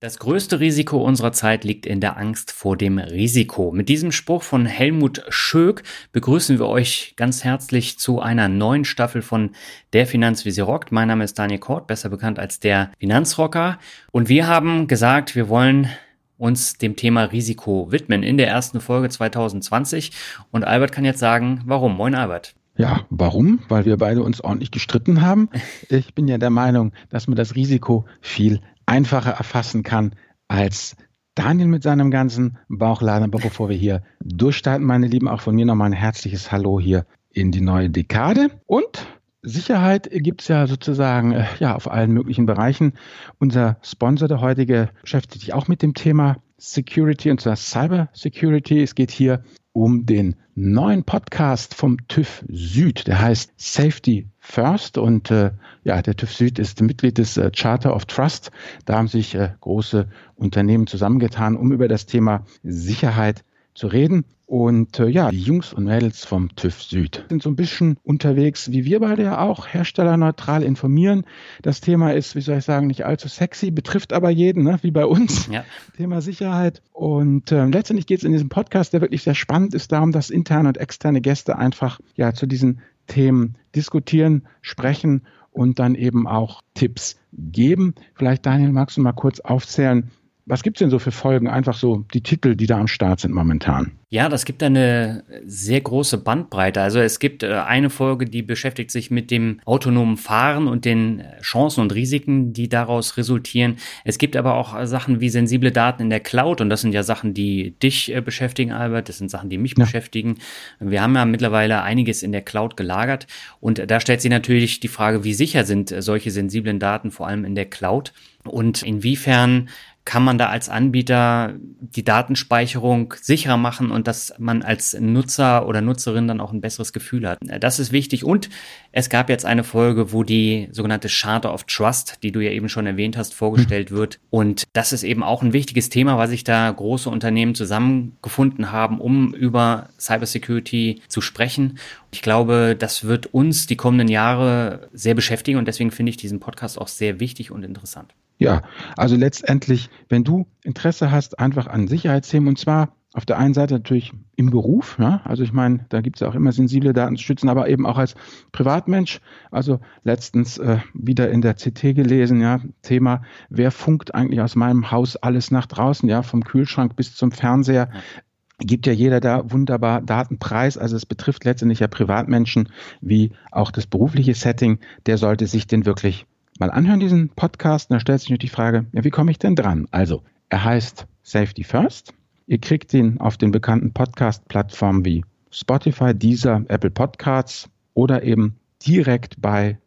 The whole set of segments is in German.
Das größte Risiko unserer Zeit liegt in der Angst vor dem Risiko. Mit diesem Spruch von Helmut Schöck begrüßen wir euch ganz herzlich zu einer neuen Staffel von Der Finanz wie sie rockt. Mein Name ist Daniel Kort, besser bekannt als der Finanzrocker. Und wir haben gesagt, wir wollen uns dem Thema Risiko widmen in der ersten Folge 2020. Und Albert kann jetzt sagen, warum. Moin Albert. Ja, warum? Weil wir beide uns ordentlich gestritten haben. Ich bin ja der Meinung, dass man das Risiko viel einfacher erfassen kann als Daniel mit seinem ganzen Bauchladen. Aber bevor wir hier durchstarten, meine Lieben, auch von mir nochmal ein herzliches Hallo hier in die neue Dekade. Und Sicherheit gibt es ja sozusagen auf allen möglichen Bereichen. Unser Sponsor, der heutige, beschäftigt sich auch mit dem Thema Security, und zwar Cyber Security. Es geht hier um den neuen Podcast vom TÜV Süd, der heißt Safety First, und der TÜV Süd ist Mitglied des Charter of Trust. Da haben sich große Unternehmen zusammengetan, um über das Thema Sicherheit zu reden. Und die Jungs und Mädels vom TÜV Süd sind so ein bisschen unterwegs, wie wir beide ja auch, herstellerneutral informieren. Das Thema ist, wie soll ich sagen, nicht allzu sexy, betrifft aber jeden, ne? Wie bei uns. Ja. Thema Sicherheit. Und letztendlich geht es in diesem Podcast, der wirklich sehr spannend ist, darum, dass interne und externe Gäste einfach zu diesen Themen diskutieren, sprechen und dann eben auch Tipps geben. Vielleicht, Daniel, magst du mal kurz aufzählen, was gibt es denn so für Folgen? Einfach so die Titel, die da am Start sind momentan. Ja, das gibt eine sehr große Bandbreite. Also es gibt eine Folge, die beschäftigt sich mit dem autonomen Fahren und den Chancen und Risiken, die daraus resultieren. Es gibt aber auch Sachen wie sensible Daten in der Cloud, und das sind ja Sachen, die dich beschäftigen, Albert. Das sind Sachen, die mich beschäftigen. Wir haben ja mittlerweile einiges in der Cloud gelagert, und da stellt sich natürlich die Frage, wie sicher sind solche sensiblen Daten, vor allem in der Cloud, und inwiefern kann man da als Anbieter die Datenspeicherung sicherer machen und dass man als Nutzer oder Nutzerin dann auch ein besseres Gefühl hat. Das ist wichtig. Und es gab jetzt eine Folge, wo die sogenannte Charter of Trust, die du ja eben schon erwähnt hast, vorgestellt wird. Und das ist eben auch ein wichtiges Thema, weil sich da große Unternehmen zusammengefunden haben, um über Cybersecurity zu sprechen. Ich glaube, das wird uns die kommenden Jahre sehr beschäftigen, und deswegen finde ich diesen Podcast auch sehr wichtig und interessant. Ja, also letztendlich, wenn du Interesse hast, einfach an Sicherheitsthemen, und zwar auf der einen Seite natürlich im Beruf, ja, also ich meine, da gibt es ja auch immer sensible Daten zu schützen, aber eben auch als Privatmensch. Also letztens wieder in der CT gelesen, Thema, wer funkt eigentlich aus meinem Haus alles nach draußen, vom Kühlschrank bis zum Fernseher. Gibt ja jeder da wunderbar Datenpreis, also es betrifft letztendlich ja Privatmenschen wie auch das berufliche Setting. Der sollte sich den wirklich mal anhören, diesen Podcast. Und da stellt sich natürlich die Frage, wie komme ich denn dran? Also, er heißt Safety First. Ihr kriegt ihn auf den bekannten Podcast-Plattformen wie Spotify, Deezer, Apple Podcasts oder eben direkt bei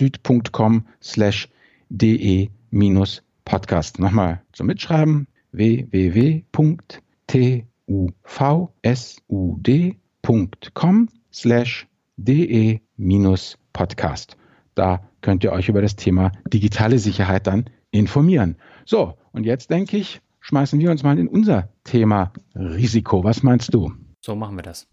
tüvsüd.com/de-podcast. Nochmal zum Mitschreiben: www.tuvsud.com/de-podcast. Da könnt ihr euch über das Thema digitale Sicherheit dann informieren. So, und jetzt denke ich, schmeißen wir uns mal in unser Thema Risiko. Was meinst du? So machen wir das.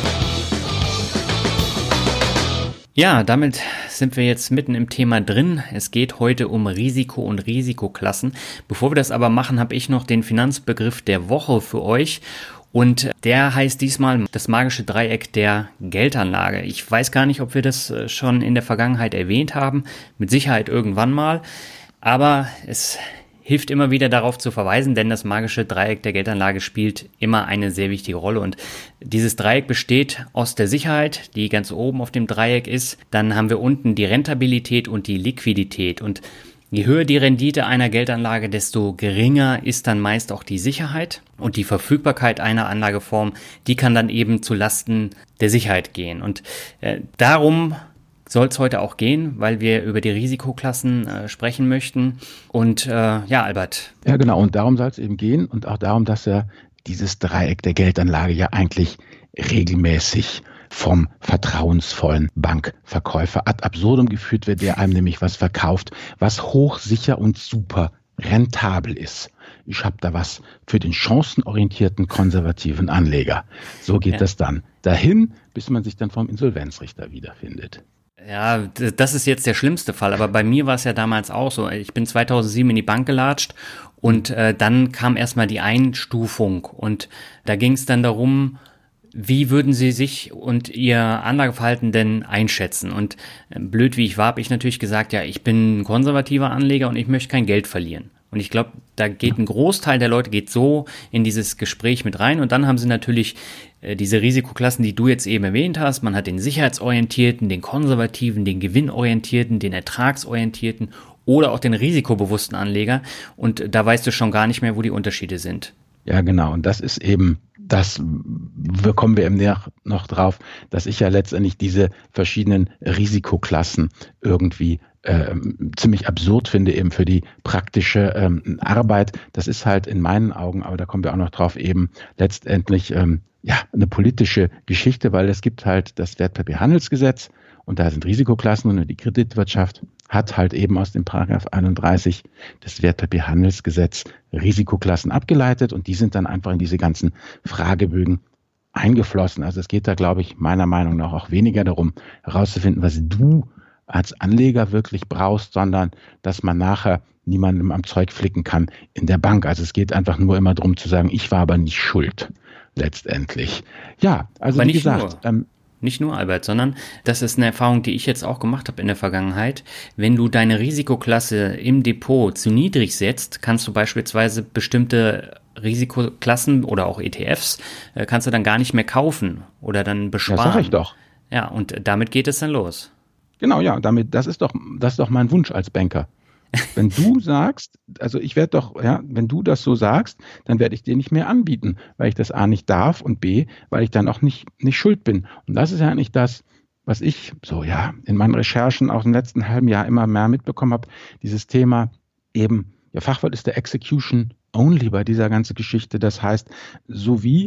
Ja, damit sind wir jetzt mitten im Thema drin. Es geht heute um Risiko und Risikoklassen. Bevor wir das aber machen, habe ich noch den Finanzbegriff der Woche für euch. Und der heißt diesmal das magische Dreieck der Geldanlage. Ich weiß gar nicht, ob wir das schon in der Vergangenheit erwähnt haben. Mit Sicherheit irgendwann mal. Aber es hilft immer wieder darauf zu verweisen, denn das magische Dreieck der Geldanlage spielt immer eine sehr wichtige Rolle. Und dieses Dreieck besteht aus der Sicherheit, die ganz oben auf dem Dreieck ist. Dann haben wir unten die Rentabilität und die Liquidität. Und je höher die Rendite einer Geldanlage, desto geringer ist dann meist auch die Sicherheit, und die Verfügbarkeit einer Anlageform, die kann dann eben zu Lasten der Sicherheit gehen. Und darum soll es heute auch gehen, weil wir über die Risikoklassen sprechen möchten. Und Albert. Ja, genau. Und darum soll es eben gehen, und auch darum, dass dieses Dreieck der Geldanlage ja eigentlich regelmäßig vom vertrauensvollen Bankverkäufer ad absurdum geführt wird, der einem nämlich was verkauft, was hochsicher und super rentabel ist. Ich habe da was für den chancenorientierten konservativen Anleger. So geht das dann dahin, bis man sich dann vom Insolvenzrichter wiederfindet. Ja, das ist jetzt der schlimmste Fall, aber bei mir war es ja damals auch so. Ich bin 2007 in die Bank gelatscht und dann kam erstmal die Einstufung und da ging es dann darum, wie würden Sie sich und Ihr Anlageverhalten denn einschätzen? Und blöd wie ich war, habe ich natürlich gesagt, ja, ich bin ein konservativer Anleger und ich möchte kein Geld verlieren. Und ich glaube, da geht ein Großteil der Leute geht so in dieses Gespräch mit rein. Und dann haben sie natürlich diese Risikoklassen, die du jetzt eben erwähnt hast. Man hat den sicherheitsorientierten, den konservativen, den gewinnorientierten, den ertragsorientierten oder auch den risikobewussten Anleger. Und da weißt du schon gar nicht mehr, wo die Unterschiede sind. Ja, genau. Und das ist eben, kommen wir eben noch drauf, dass ich ja letztendlich diese verschiedenen Risikoklassen irgendwie ziemlich absurd finde, eben für die praktische Arbeit. Das ist halt in meinen Augen, aber da kommen wir auch noch drauf, eben letztendlich eine politische Geschichte, weil es gibt halt das Wertpapierhandelsgesetz und da sind Risikoklassen und die Kreditwirtschaft hat halt eben aus dem Paragraph 31 des Wertpapierhandelsgesetz Risikoklassen abgeleitet und die sind dann einfach in diese ganzen Fragebögen eingeflossen. Also es geht da, glaube ich, meiner Meinung nach auch weniger darum, herauszufinden, was du als Anleger wirklich brauchst, sondern dass man nachher niemandem am Zeug flicken kann in der Bank. Also es geht einfach nur immer darum zu sagen, ich war aber nicht schuld, letztendlich. Ja, also aber wie gesagt... Nicht nur, Albert, sondern das ist eine Erfahrung, die ich jetzt auch gemacht habe in der Vergangenheit. Wenn du deine Risikoklasse im Depot zu niedrig setzt, kannst du beispielsweise bestimmte Risikoklassen oder auch ETFs kannst du dann gar nicht mehr kaufen oder dann besparen. Ja, sag ich doch. Ja, und damit geht es dann los. Genau, ja, das ist doch mein Wunsch als Banker. Wenn du sagst, also ich werde doch, ja, wenn du das so sagst, dann werde ich dir nicht mehr anbieten, weil ich das A nicht darf und B, weil ich dann auch nicht schuld bin. Und das ist ja eigentlich das, was ich so, ja, in meinen Recherchen auch im letzten halben Jahr immer mehr mitbekommen habe, dieses Thema eben, ja, Fachwort ist der Execution Only bei dieser ganzen Geschichte. Das heißt, so wie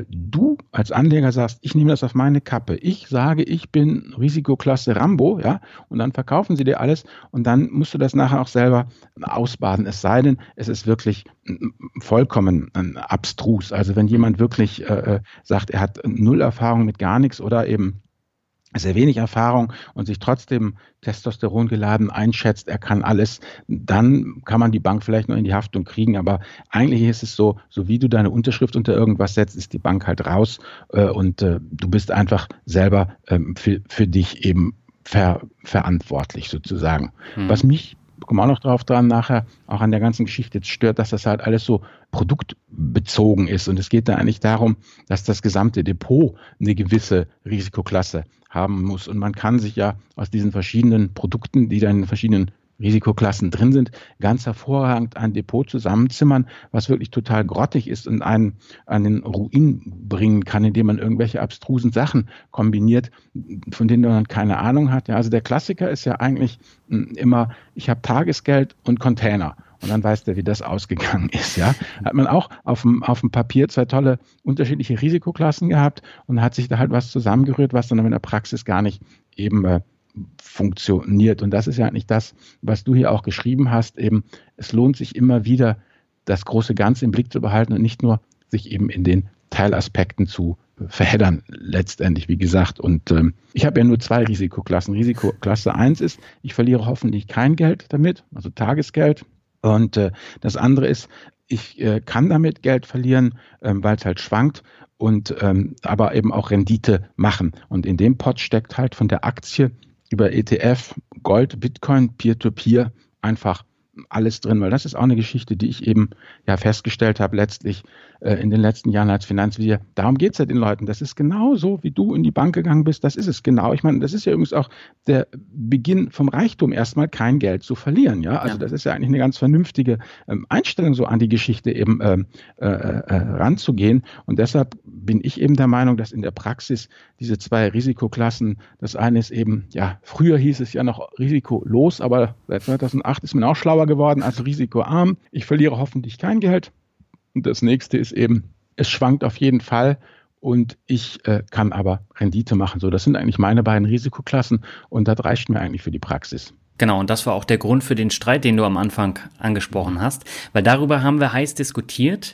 du als Anleger sagst, ich nehme das auf meine Kappe. Ich sage, ich bin Risikoklasse Rambo, ja, und dann verkaufen sie dir alles und dann musst du das nachher auch selber ausbaden. Es sei denn, es ist wirklich vollkommen abstrus. Also wenn jemand wirklich sagt, er hat null Erfahrung mit gar nichts oder eben sehr wenig Erfahrung und sich trotzdem Testosteron geladen einschätzt, er kann alles, dann kann man die Bank vielleicht noch in die Haftung kriegen, aber eigentlich ist es so wie du deine Unterschrift unter irgendwas setzt, ist die Bank halt raus und du bist einfach selber für dich eben verantwortlich sozusagen. Was mich, kommen wir auch noch drauf dran, nachher auch an der ganzen Geschichte jetzt stört, dass das halt alles so produktbezogen ist und es geht da eigentlich darum, dass das gesamte Depot eine gewisse Risikoklasse haben muss und man kann sich ja aus diesen verschiedenen Produkten, die dann in verschiedenen Risikoklassen drin sind, ganz hervorragend ein Depot zusammenzimmern, was wirklich total grottig ist und einen an den Ruin bringen kann, indem man irgendwelche abstrusen Sachen kombiniert, von denen man keine Ahnung hat. Ja, also der Klassiker ist ja eigentlich immer, ich habe Tagesgeld und Container. Und dann weiß der, wie das ausgegangen ist. Ja, hat man auch auf dem Papier zwei tolle unterschiedliche Risikoklassen gehabt und hat sich da halt was zusammengerührt, was dann in der Praxis gar nicht eben funktioniert. Und das ist ja eigentlich das, was du hier auch geschrieben hast. Eben, es lohnt sich immer wieder, das große Ganze im Blick zu behalten und nicht nur sich eben in den Teilaspekten zu verheddern, letztendlich, wie gesagt. Und ich habe ja nur zwei Risikoklassen. Risikoklasse 1 ist, ich verliere hoffentlich kein Geld damit, also Tagesgeld. Und das andere ist, ich kann damit Geld verlieren, weil es halt schwankt und aber eben auch Rendite machen. Und in dem Pot steckt halt von der Aktie über ETF, Gold, Bitcoin, Peer-to-Peer einfach alles drin, weil das ist auch eine Geschichte, die ich eben ja festgestellt habe letztlich in den letzten Jahren als Finanzvisier. Darum geht es ja den Leuten. Das ist genau so, wie du in die Bank gegangen bist. Das ist es genau. Ich meine, das ist ja übrigens auch der Beginn vom Reichtum, erstmal kein Geld zu verlieren. Ja, also das ist ja eigentlich eine ganz vernünftige Einstellung, so an die Geschichte eben ranzugehen. Und deshalb bin ich eben der Meinung, dass in der Praxis diese zwei Risikoklassen, das eine ist eben, ja, früher hieß es ja noch risikolos, aber seit 2008 ist man auch schlauer geworden, also risikoarm. Ich verliere hoffentlich kein Geld. Und das nächste ist eben, es schwankt auf jeden Fall und ich kann aber Rendite machen. So, das sind eigentlich meine beiden Risikoklassen und das reicht mir eigentlich für die Praxis. Genau, und das war auch der Grund für den Streit, den du am Anfang angesprochen hast, weil darüber haben wir heiß diskutiert.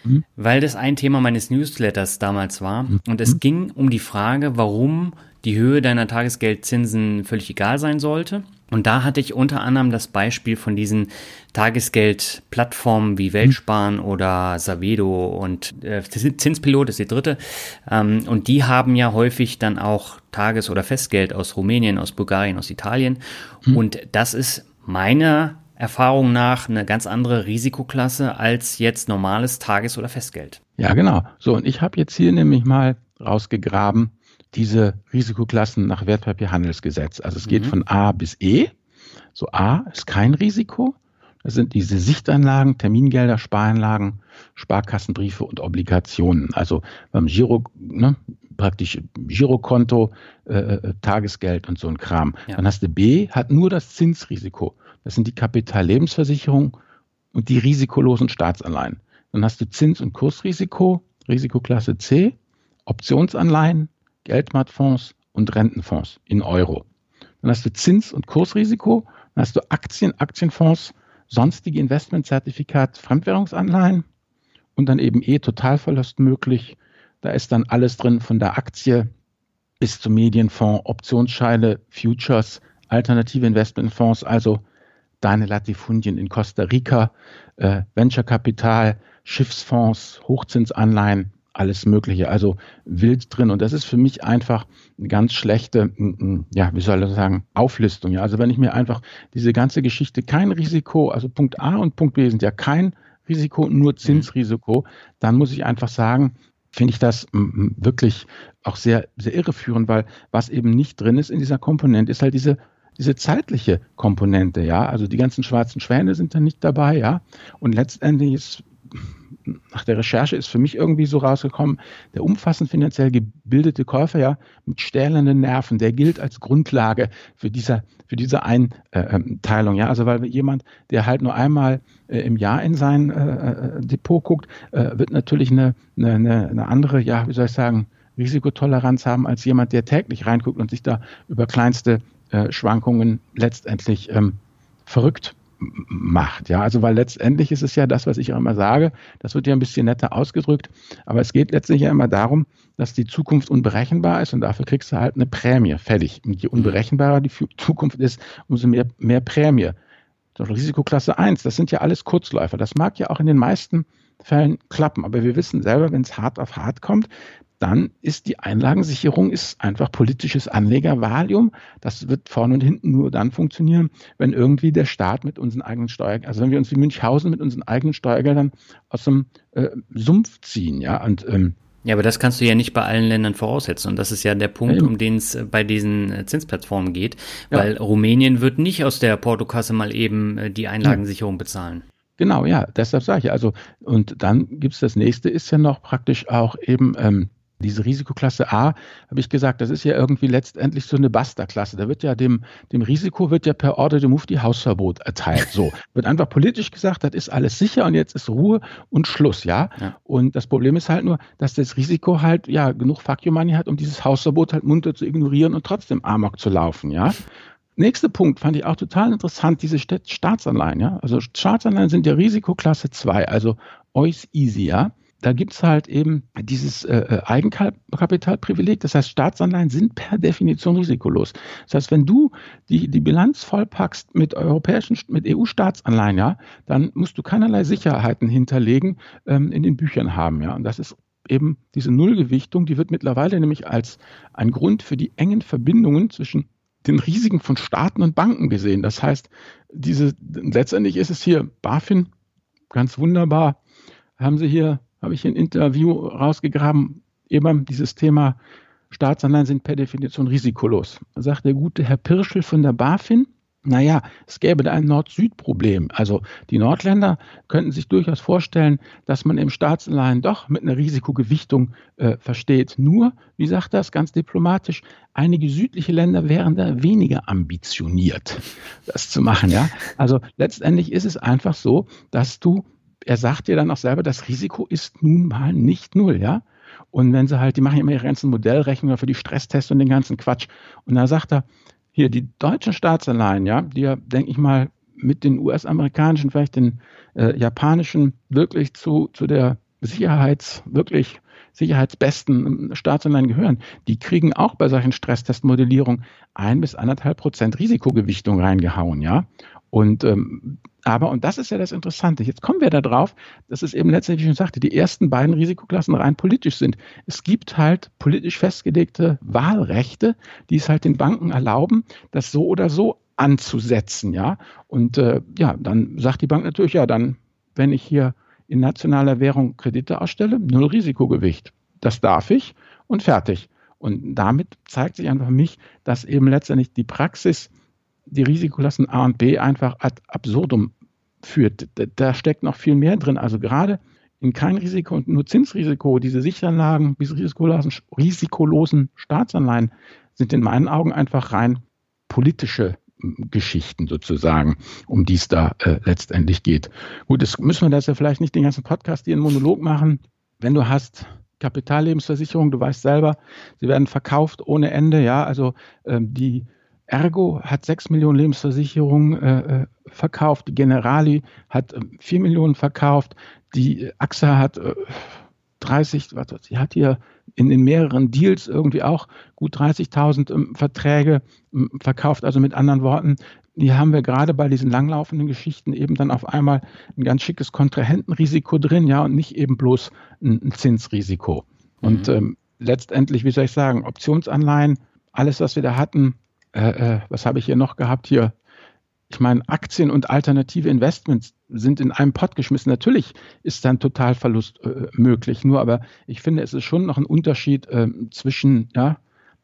weil das ein Thema meines Newsletters damals war. Und es ging um die Frage, warum die Höhe deiner Tagesgeldzinsen völlig egal sein sollte. Und da hatte ich unter anderem das Beispiel von diesen Tagesgeldplattformen wie Weltsparen oder Savedo und Zinspilot ist die dritte. Und die haben ja häufig dann auch Tages- oder Festgeld aus Rumänien, aus Bulgarien, aus Italien. Und das ist meiner Erfahrung nach eine ganz andere Risikoklasse als jetzt normales Tages- oder Festgeld. Ja, genau. So, und ich habe jetzt hier nämlich mal rausgegraben, diese Risikoklassen nach Wertpapierhandelsgesetz. Also es geht von A bis E. So A ist kein Risiko. Das sind diese Sichtanlagen, Termingelder, Spareinlagen, Sparkassenbriefe und Obligationen. Also beim praktisch Girokonto, Tagesgeld und so ein Kram. Ja. Dann hast du B, hat nur das Zinsrisiko. Das sind die Kapitallebensversicherungen und die risikolosen Staatsanleihen. Dann hast du Zins- und Kursrisiko, Risikoklasse C, Optionsanleihen, Geldmarktfonds und Rentenfonds in Euro. Dann hast du Zins- und Kursrisiko, dann hast du Aktien, Aktienfonds, sonstige Investmentzertifikate, Fremdwährungsanleihen und dann eben Totalverlust möglich. Da ist dann alles drin von der Aktie bis zum Medienfonds, Optionsscheine, Futures, alternative Investmentfonds, also deine Latifundien in Costa Rica, Venture-Kapital, Schiffsfonds, Hochzinsanleihen, alles Mögliche, also wild drin. Und das ist für mich einfach eine ganz schlechte, Auflistung. Ja, also wenn ich mir einfach diese ganze Geschichte kein Risiko, also Punkt A und Punkt B sind ja kein Risiko, nur Zinsrisiko, dann muss ich einfach sagen, finde ich das wirklich auch sehr, sehr irreführend, weil was eben nicht drin ist in dieser Komponente, ist halt diese zeitliche Komponente, ja, also die ganzen schwarzen Schwäne sind da nicht dabei, ja, und letztendlich ist nach der Recherche ist für mich irgendwie so rausgekommen, der umfassend finanziell gebildete Käufer, ja, mit stählernen Nerven, der gilt als Grundlage für diese Einteilung, ja, also weil jemand, der halt nur einmal im Jahr in sein Depot guckt, wird natürlich eine andere, ja, wie soll ich sagen, Risikotoleranz haben als jemand, der täglich reinguckt und sich da über kleinste Schwankungen letztendlich verrückt macht. Ja, also weil letztendlich ist es ja das, was ich auch immer sage, das wird ja ein bisschen netter ausgedrückt, aber es geht letztlich ja immer darum, dass die Zukunft unberechenbar ist und dafür kriegst du halt eine Prämie, fertig. Und je unberechenbarer die Zukunft ist, umso mehr Prämie. Zum Beispiel Risikoklasse 1, das sind ja alles Kurzläufer. Das mag ja auch in den meisten Fällen klappen, aber wir wissen selber, wenn es hart auf hart kommt, dann ist die Einlagensicherung einfach politisches Anlegervalium. Das wird vorne und hinten nur dann funktionieren, wenn irgendwie der Staat mit unseren eigenen Steuergeldern, also wenn wir uns wie Münchhausen mit unseren eigenen Steuergeldern aus dem Sumpf ziehen. Ja, und ja, aber das kannst du ja nicht bei allen Ländern voraussetzen. Und das ist ja der Punkt, um den es bei diesen Zinsplattformen geht. Weil Rumänien wird nicht aus der Portokasse mal eben die Einlagensicherung bezahlen. Genau, ja, deshalb sage ich. Also, und dann gibt es das nächste, ist ja noch praktisch auch eben diese Risikoklasse A, habe ich gesagt, das ist ja irgendwie letztendlich so eine Basta-Klasse. Da wird ja dem Risiko wird ja per Ordre de Mufti Hausverbot erteilt. So, wird einfach politisch gesagt, das ist alles sicher und jetzt ist Ruhe und Schluss, ja. Und das Problem ist halt nur, dass das Risiko halt, ja, genug Fuck you Money hat, um dieses Hausverbot halt munter zu ignorieren und trotzdem Amok zu laufen, ja. Nächster Punkt fand ich auch total interessant, diese Staatsanleihen, ja. Also Staatsanleihen sind ja Risikoklasse 2, also ois easy, ja. Da gibt es halt eben dieses Eigenkapitalprivileg. Das heißt, Staatsanleihen sind per Definition risikolos. Das heißt, wenn du die Bilanz vollpackst mit EU-Staatsanleihen, ja, dann musst du keinerlei Sicherheiten hinterlegen in den Büchern haben. Ja. Und das ist eben diese Nullgewichtung, die wird mittlerweile nämlich als ein Grund für die engen Verbindungen zwischen den Risiken von Staaten und Banken gesehen. Das heißt, letztendlich ist es hier BaFin, ganz wunderbar, habe ich ein Interview rausgegraben, eben dieses Thema Staatsanleihen sind per Definition risikolos. Da sagt der gute Herr Pirschl von der BaFin, naja, es gäbe da ein Nord-Süd-Problem. Also die Nordländer könnten sich durchaus vorstellen, dass man im Staatsanleihen doch mit einer Risikogewichtung versteht. Nur, wie sagt das ganz diplomatisch, einige südliche Länder wären da weniger ambitioniert, das zu machen. Ja? Also letztendlich ist es einfach so, dass er sagt dir dann auch selber, das Risiko ist nun mal nicht null, ja. Und wenn die machen immer ihre ganzen Modellrechnungen für die Stresstests und den ganzen Quatsch. Und da sagt er, hier, die deutschen Staatsanleihen, ja, die ja, denke ich mal, mit den US-amerikanischen, vielleicht den japanischen wirklich zu der wirklich sicherheitsbesten Staatsanleihen gehören, die kriegen auch bei solchen Stresstestmodellierungen 1-1,5% Risikogewichtung reingehauen, ja. Und das ist ja das Interessante. Jetzt kommen wir da drauf, dass es eben letztendlich, wie ich schon sagte, die ersten beiden Risikoklassen rein politisch sind. Es gibt halt politisch festgelegte Wahlrechte, die es halt den Banken erlauben, das so oder so anzusetzen, ja. Und dann sagt die Bank natürlich, ja, dann, wenn ich hier in nationaler Währung Kredite ausstelle, 0 Risikogewicht. Das darf ich und fertig. Und damit zeigt sich einfach für mich, dass eben letztendlich die Praxis die Risikoklassen A und B einfach ad absurdum führt. Da steckt noch viel mehr drin. Also gerade in kein Risiko und nur Zinsrisiko, diese Sicheranlagen, diese risikolosen Staatsanleihen sind in meinen Augen einfach rein politische Geschichten sozusagen, um die es da letztendlich geht. Gut, das müssen wir das ja vielleicht nicht den ganzen Podcast hier einen Monolog machen. Wenn du hast Kapitallebensversicherung, du weißt selber, sie werden verkauft ohne Ende, ja, also die Ergo hat 6 Millionen Lebensversicherungen verkauft, die Generali hat 4 Millionen verkauft, die AXA hat 30, sie hat hier in den mehreren Deals irgendwie auch gut 30.000 Verträge verkauft. Also mit anderen Worten, hier haben wir gerade bei diesen langlaufenden Geschichten eben dann auf einmal ein ganz schickes Kontrahentenrisiko drin, ja, und nicht eben bloß ein Zinsrisiko. Und letztendlich, wie soll ich sagen, Optionsanleihen, alles, was wir da hatten, was habe ich hier noch gehabt? Hier, ich meine, Aktien und alternative Investments sind in einem Pott geschmissen. Natürlich ist dann Totalverlust möglich. Nur, aber ich finde, es ist schon noch ein Unterschied zwischen einer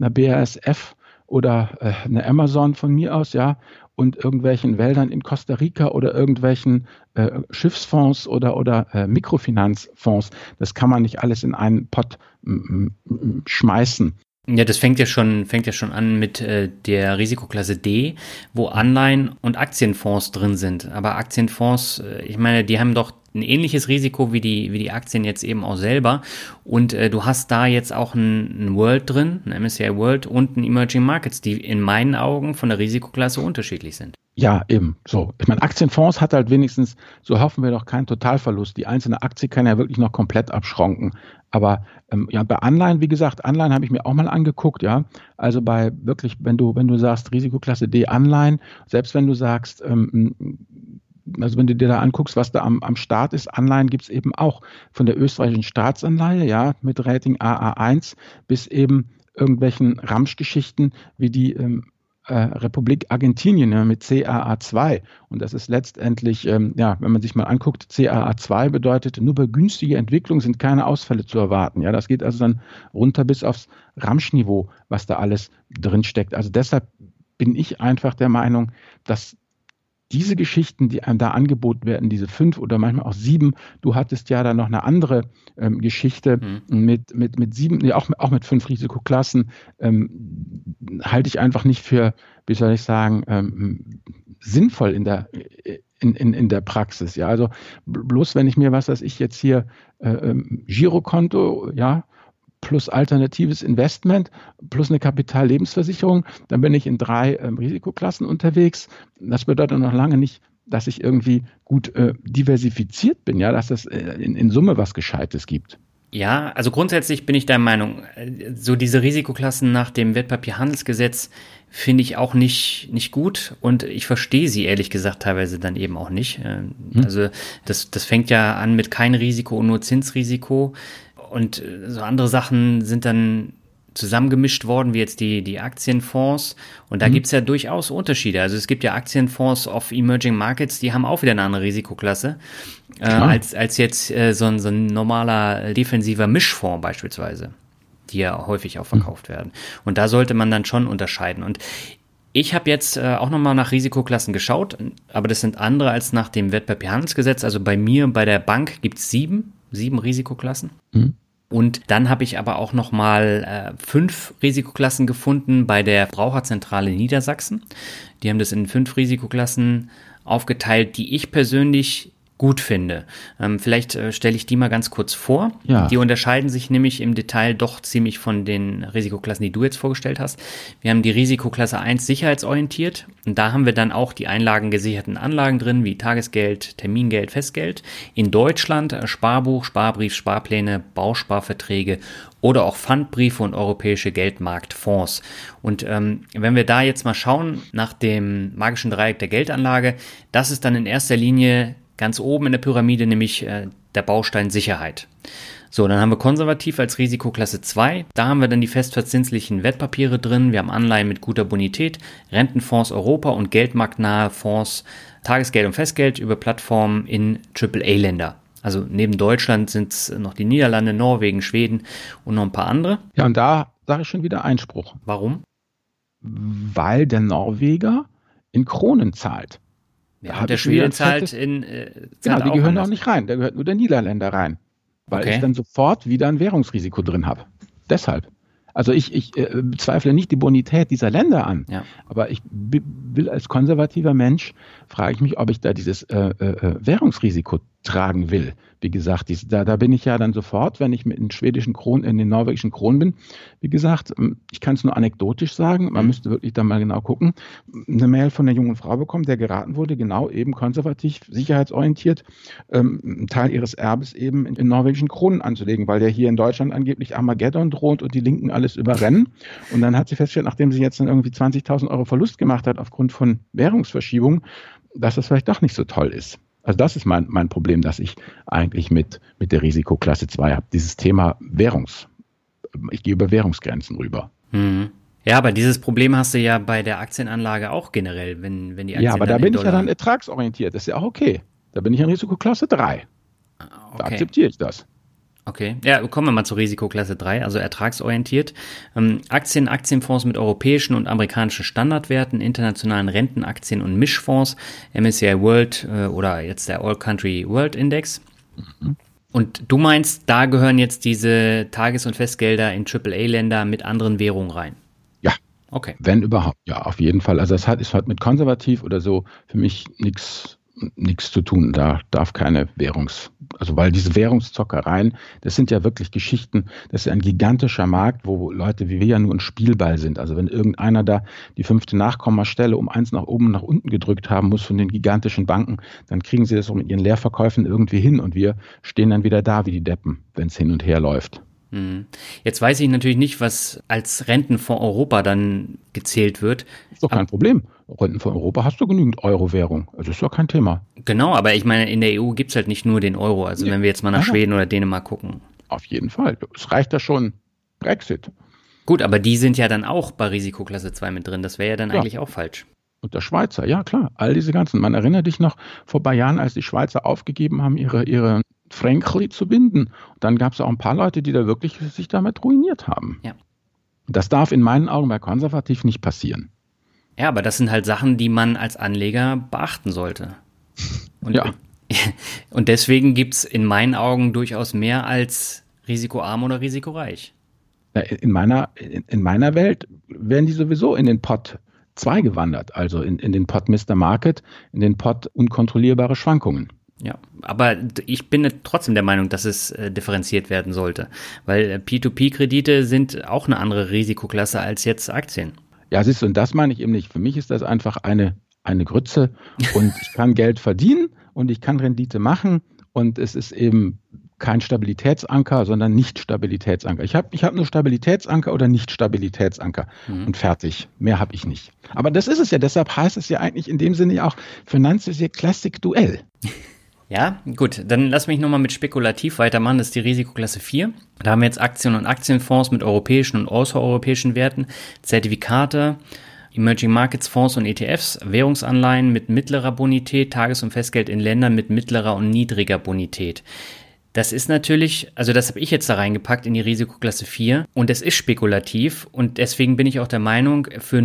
BASF oder einer Amazon von mir aus, ja, und irgendwelchen Wäldern in Costa Rica oder irgendwelchen Schiffsfonds oder Mikrofinanzfonds. Das kann man nicht alles in einen Pott schmeißen. Ja, das fängt ja schon an mit der Risikoklasse D, wo Anleihen und Aktienfonds drin sind. Aber Aktienfonds, ich meine, die haben doch ein ähnliches Risiko wie die Aktien jetzt eben auch selber. Und du hast da jetzt auch ein World drin, ein MSCI World und ein Emerging Markets, die in meinen Augen von der Risikoklasse unterschiedlich sind. Ja, eben so. Ich meine, Aktienfonds hat halt wenigstens, so hoffen wir doch, keinen Totalverlust. Die einzelne Aktie kann ja wirklich noch komplett abschranken. Aber bei Anleihen, wie gesagt, Anleihen habe ich mir auch mal angeguckt, ja. Also bei wirklich, wenn du sagst Risikoklasse D Anleihen, selbst wenn du sagst, also wenn du dir da anguckst, was da am Start ist, Anleihen gibt es eben auch von der österreichischen Staatsanleihe, ja, mit Rating AA1 bis eben irgendwelchen Ramschgeschichten wie die Republik Argentinien mit CAA2. Und das ist letztendlich, wenn man sich mal anguckt, CAA2 bedeutet, nur bei günstiger Entwicklung sind keine Ausfälle zu erwarten. Ja, das geht also dann runter bis aufs Ramschniveau, was da alles drin steckt. Also deshalb bin ich einfach der Meinung, dass diese Geschichten, die einem da angeboten werden, diese 5 oder manchmal auch 7, du hattest ja da noch eine andere Geschichte mit 7, ja, auch mit 5 Risikoklassen, halte ich einfach nicht für, wie soll ich sagen, sinnvoll in der Praxis. Ja, also bloß wenn ich mir, was weiß ich jetzt hier, Girokonto, ja, plus alternatives Investment, plus eine Kapitallebensversicherung, dann bin ich in 3 Risikoklassen unterwegs. Das bedeutet noch lange nicht, dass ich irgendwie gut diversifiziert bin, ja, dass es in Summe was Gescheites gibt. Ja, also grundsätzlich bin ich der Meinung, so diese Risikoklassen nach dem Wertpapierhandelsgesetz finde ich auch nicht gut und ich verstehe sie ehrlich gesagt teilweise dann eben auch nicht. Also das fängt ja an mit kein Risiko und nur Zinsrisiko. Und so andere Sachen sind dann zusammengemischt worden, wie jetzt die Aktienfonds. Und da gibt's ja durchaus Unterschiede. Also es gibt ja Aktienfonds auf Emerging Markets, die haben auch wieder eine andere Risikoklasse als jetzt so ein normaler defensiver Mischfonds beispielsweise, die ja häufig auch verkauft werden. Und da sollte man dann schon unterscheiden. Und ich habe jetzt auch nochmal nach Risikoklassen geschaut, aber das sind andere als nach dem Wertpapierhandelsgesetz. Also bei der Bank gibt's 7 Risikoklassen. Und dann habe ich aber auch nochmal 5 Risikoklassen gefunden bei der Verbraucherzentrale Niedersachsen. Die haben das in 5 Risikoklassen aufgeteilt, die ich persönlich gut finde. Vielleicht stelle ich die mal ganz kurz vor. Ja. Die unterscheiden sich nämlich im Detail doch ziemlich von den Risikoklassen, die du jetzt vorgestellt hast. Wir haben die Risikoklasse 1 sicherheitsorientiert und da haben wir dann auch die einlagengesicherten Anlagen drin, wie Tagesgeld, Termingeld, Festgeld. In Deutschland Sparbuch, Sparbrief, Sparpläne, Bausparverträge oder auch Pfandbriefe und europäische Geldmarktfonds. Und wenn wir da jetzt mal schauen nach dem magischen Dreieck der Geldanlage, das ist dann in erster Linie ganz oben in der Pyramide, nämlich der Baustein Sicherheit. So, dann haben wir konservativ als Risikoklasse 2. Da haben wir dann die festverzinslichen Wertpapiere drin. Wir haben Anleihen mit guter Bonität, Rentenfonds Europa und geldmarktnahe Fonds, Tagesgeld und Festgeld über Plattformen in AAA-Länder. Also neben Deutschland sind es noch die Niederlande, Norwegen, Schweden und noch ein paar andere. Ja, und da sage ich schon wieder Einspruch. Warum? Weil der Norweger in Kronen zahlt. Ja, und der Schwede zahlt in genau, die gehören auch nicht rein. Da gehört nur der Niederländer rein. Weil ich dann sofort wieder ein Währungsrisiko drin habe. Deshalb. Also ich zweifle nicht die Bonität dieser Länder an. Ja. Aber ich will als konservativer Mensch, frage ich mich, ob ich da dieses Währungsrisiko tragen will. Wie gesagt, da bin ich ja dann sofort, wenn ich mit den schwedischen Kronen, in den norwegischen Kronen bin, wie gesagt, ich kann es nur anekdotisch sagen, man müsste wirklich da mal genau gucken, eine Mail von einer jungen Frau bekommen, der geraten wurde, genau eben konservativ, sicherheitsorientiert, einen Teil ihres Erbes eben in norwegischen Kronen anzulegen, weil ja hier in Deutschland angeblich Armageddon droht und die Linken alles überrennen. Und dann hat sie festgestellt, nachdem sie jetzt dann irgendwie 20.000 Euro Verlust gemacht hat aufgrund von Währungsverschiebungen, dass das vielleicht doch nicht so toll ist. Also das ist mein Problem, dass ich eigentlich mit der Risikoklasse 2 habe. Dieses Thema ich gehe über Währungsgrenzen rüber. Mhm. Ja, aber dieses Problem hast du ja bei der Aktienanlage auch generell, wenn die Aktien. Ja, aber da bin ich ja dann ertragsorientiert. Das ist ja auch okay. Da bin ich in Risikoklasse 3. Okay. Da akzeptiere ich das. Okay, ja, kommen wir mal zur Risikoklasse 3, also ertragsorientiert. Aktienfonds mit europäischen und amerikanischen Standardwerten, internationalen Rentenaktien und Mischfonds, MSCI World oder jetzt der All Country World Index. Mhm. Und du meinst, da gehören jetzt diese Tages- und Festgelder in AAA-Länder mit anderen Währungen rein? Ja. Okay. Wenn überhaupt, ja, auf jeden Fall. Also das hat mit konservativ oder so für mich nichts zu tun. Da darf keine weil diese Währungszockereien, das sind ja wirklich Geschichten, das ist ja ein gigantischer Markt, wo Leute wie wir ja nur ein Spielball sind. Also wenn irgendeiner da die 5. Nachkommastelle um 1 nach oben, nach unten gedrückt haben muss von den gigantischen Banken, dann kriegen sie das auch mit ihren Leerverkäufen irgendwie hin und wir stehen dann wieder da wie die Deppen, wenn es hin und her läuft. Jetzt weiß ich natürlich nicht, was als Rentenfonds Europa dann gezählt wird. Ist doch kein Problem. Rentenfonds Europa hast du genügend Euro-Währung. Also ist doch kein Thema. Genau, aber ich meine, in der EU gibt es halt nicht nur den Euro. Also wenn wir jetzt mal nach Schweden oder Dänemark gucken. Auf jeden Fall. Es reicht da schon Brexit. Gut, aber die sind ja dann auch bei Risikoklasse 2 mit drin. Das wäre ja dann eigentlich auch falsch. Und der Schweizer, ja klar. All diese ganzen. Man erinnert dich noch vor ein paar Jahren, als die Schweizer aufgegeben haben, ihre Fränkli zu binden. Und dann gab es auch ein paar Leute, die da wirklich sich damit ruiniert haben. Ja. Das darf in meinen Augen bei konservativ nicht passieren. Ja, aber das sind halt Sachen, die man als Anleger beachten sollte. Und deswegen gibt es in meinen Augen durchaus mehr als risikoarm oder risikoreich. In meiner Welt werden die sowieso in den Pot 2 gewandert, also in den Pot Mr. Market, in den Pot unkontrollierbare Schwankungen. Ja, aber ich bin trotzdem der Meinung, dass es differenziert werden sollte, weil P2P-Kredite sind auch eine andere Risikoklasse als jetzt Aktien. Ja, siehst du, und das meine ich eben nicht. Für mich ist das einfach eine Grütze und ich kann Geld verdienen und ich kann Rendite machen und es ist eben kein Stabilitätsanker, sondern Nicht-Stabilitätsanker. Ich hab nur Stabilitätsanker oder Nicht-Stabilitätsanker und fertig. Mehr habe ich nicht. Aber das ist es ja, deshalb heißt es ja eigentlich in dem Sinne ja auch Finanzvisier Classic Duell. Ja, gut, dann lass mich nochmal mit spekulativ weitermachen. Das ist die Risikoklasse 4. Da haben wir jetzt Aktien und Aktienfonds mit europäischen und außereuropäischen Werten, Zertifikate, Emerging Markets Fonds und ETFs, Währungsanleihen mit mittlerer Bonität, Tages- und Festgeld in Ländern mit mittlerer und niedriger Bonität. Das ist natürlich, also das habe ich jetzt da reingepackt in die Risikoklasse 4 und es ist spekulativ und deswegen bin ich auch der Meinung, für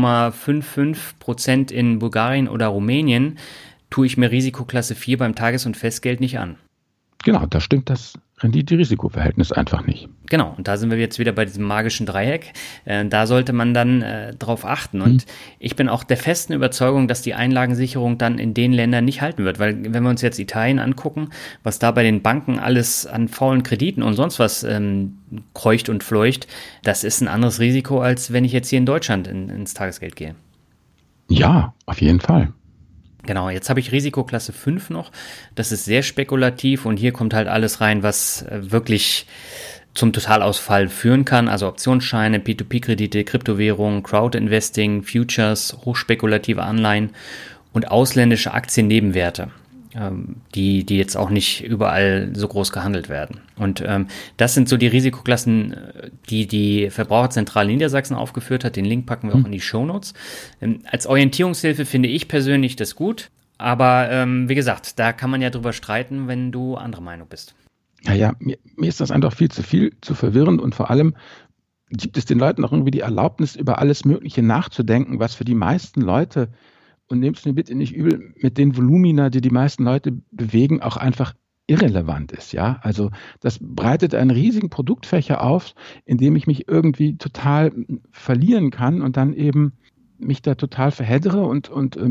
0,55% in Bulgarien oder Rumänien tue ich mir Risikoklasse 4 beim Tages- und Festgeld nicht an. Genau, da stimmt das Rendite-Risiko-Verhältnis einfach nicht. Genau, und da sind wir jetzt wieder bei diesem magischen Dreieck. Da sollte man dann drauf achten. Und ich bin auch der festen Überzeugung, dass die Einlagensicherung dann in den Ländern nicht halten wird. Weil wenn wir uns jetzt Italien angucken, was da bei den Banken alles an faulen Krediten und sonst was kreucht und fleucht, das ist ein anderes Risiko, als wenn ich jetzt hier in Deutschland ins Tagesgeld gehe. Ja, auf jeden Fall. Genau, jetzt habe ich Risikoklasse 5 noch. Das ist sehr spekulativ und hier kommt halt alles rein, was wirklich zum Totalausfall führen kann. Also Optionsscheine, P2P-Kredite, Kryptowährungen, Crowd-Investing, Futures, hochspekulative Anleihen und ausländische Aktiennebenwerte, die jetzt auch nicht überall so groß gehandelt werden. Und das sind so die Risikoklassen, die Verbraucherzentrale Niedersachsen aufgeführt hat. Den Link packen wir auch in die Shownotes. Als Orientierungshilfe finde ich persönlich das gut. Aber wie gesagt, da kann man ja drüber streiten, wenn du anderer Meinung bist. Ja, mir ist das einfach viel zu verwirrend und vor allem gibt es den Leuten auch irgendwie die Erlaubnis, über alles Mögliche nachzudenken, was für die meisten Leute, und nehmt es mir bitte nicht übel, mit den Volumina, die meisten Leute bewegen, auch einfach irrelevant ist. Ja, also das breitet einen riesigen Produktfächer auf, in dem ich mich irgendwie total verlieren kann und dann eben mich da total verheddere und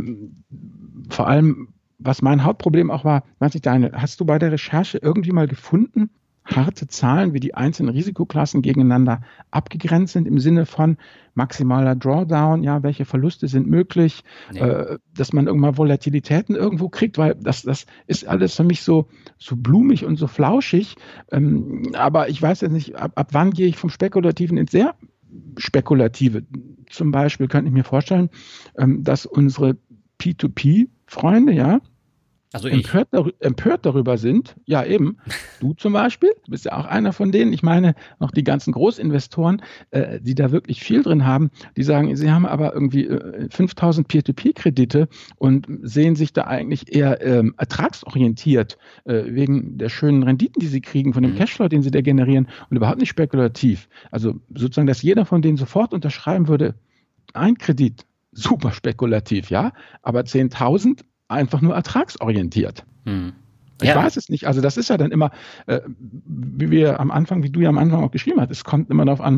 vor allem, was mein Hauptproblem auch war, weiß nicht, Daniel, hast du bei der Recherche irgendwie mal gefunden, harte Zahlen, wie die einzelnen Risikoklassen gegeneinander abgegrenzt sind im Sinne von maximaler Drawdown, ja, welche Verluste sind möglich, dass man irgendwann Volatilitäten irgendwo kriegt, weil das ist alles für mich so blumig und so flauschig, aber ich weiß jetzt nicht, ab wann gehe ich vom Spekulativen ins sehr Spekulative. Zum Beispiel könnte ich mir vorstellen, dass unsere P2P-Freunde, ja, also empört darüber sind, ja eben, du zum Beispiel, du bist ja auch einer von denen, ich meine noch die ganzen Großinvestoren, die da wirklich viel drin haben, die sagen, sie haben aber irgendwie 5000 Peer-to-Peer-Kredite und sehen sich da eigentlich eher ertragsorientiert wegen der schönen Renditen, die sie kriegen, von dem Cashflow, den sie da generieren und überhaupt nicht spekulativ. Also sozusagen, dass jeder von denen sofort unterschreiben würde, ein Kredit, super spekulativ, ja, aber 10.000 einfach nur ertragsorientiert. Ich weiß es nicht. Also das ist ja dann immer, wie du ja am Anfang auch geschrieben hast, es kommt immer darauf an,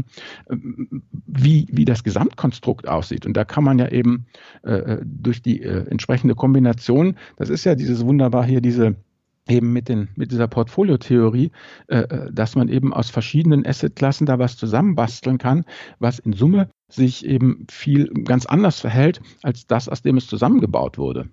wie das Gesamtkonstrukt aussieht. Und da kann man ja eben durch die entsprechende Kombination, das ist ja dieses wunderbar hier, eben mit dieser Portfoliotheorie, dass man eben aus verschiedenen Assetklassen da was zusammenbasteln kann, was in Summe sich eben viel ganz anders verhält, als das, aus dem es zusammengebaut wurde.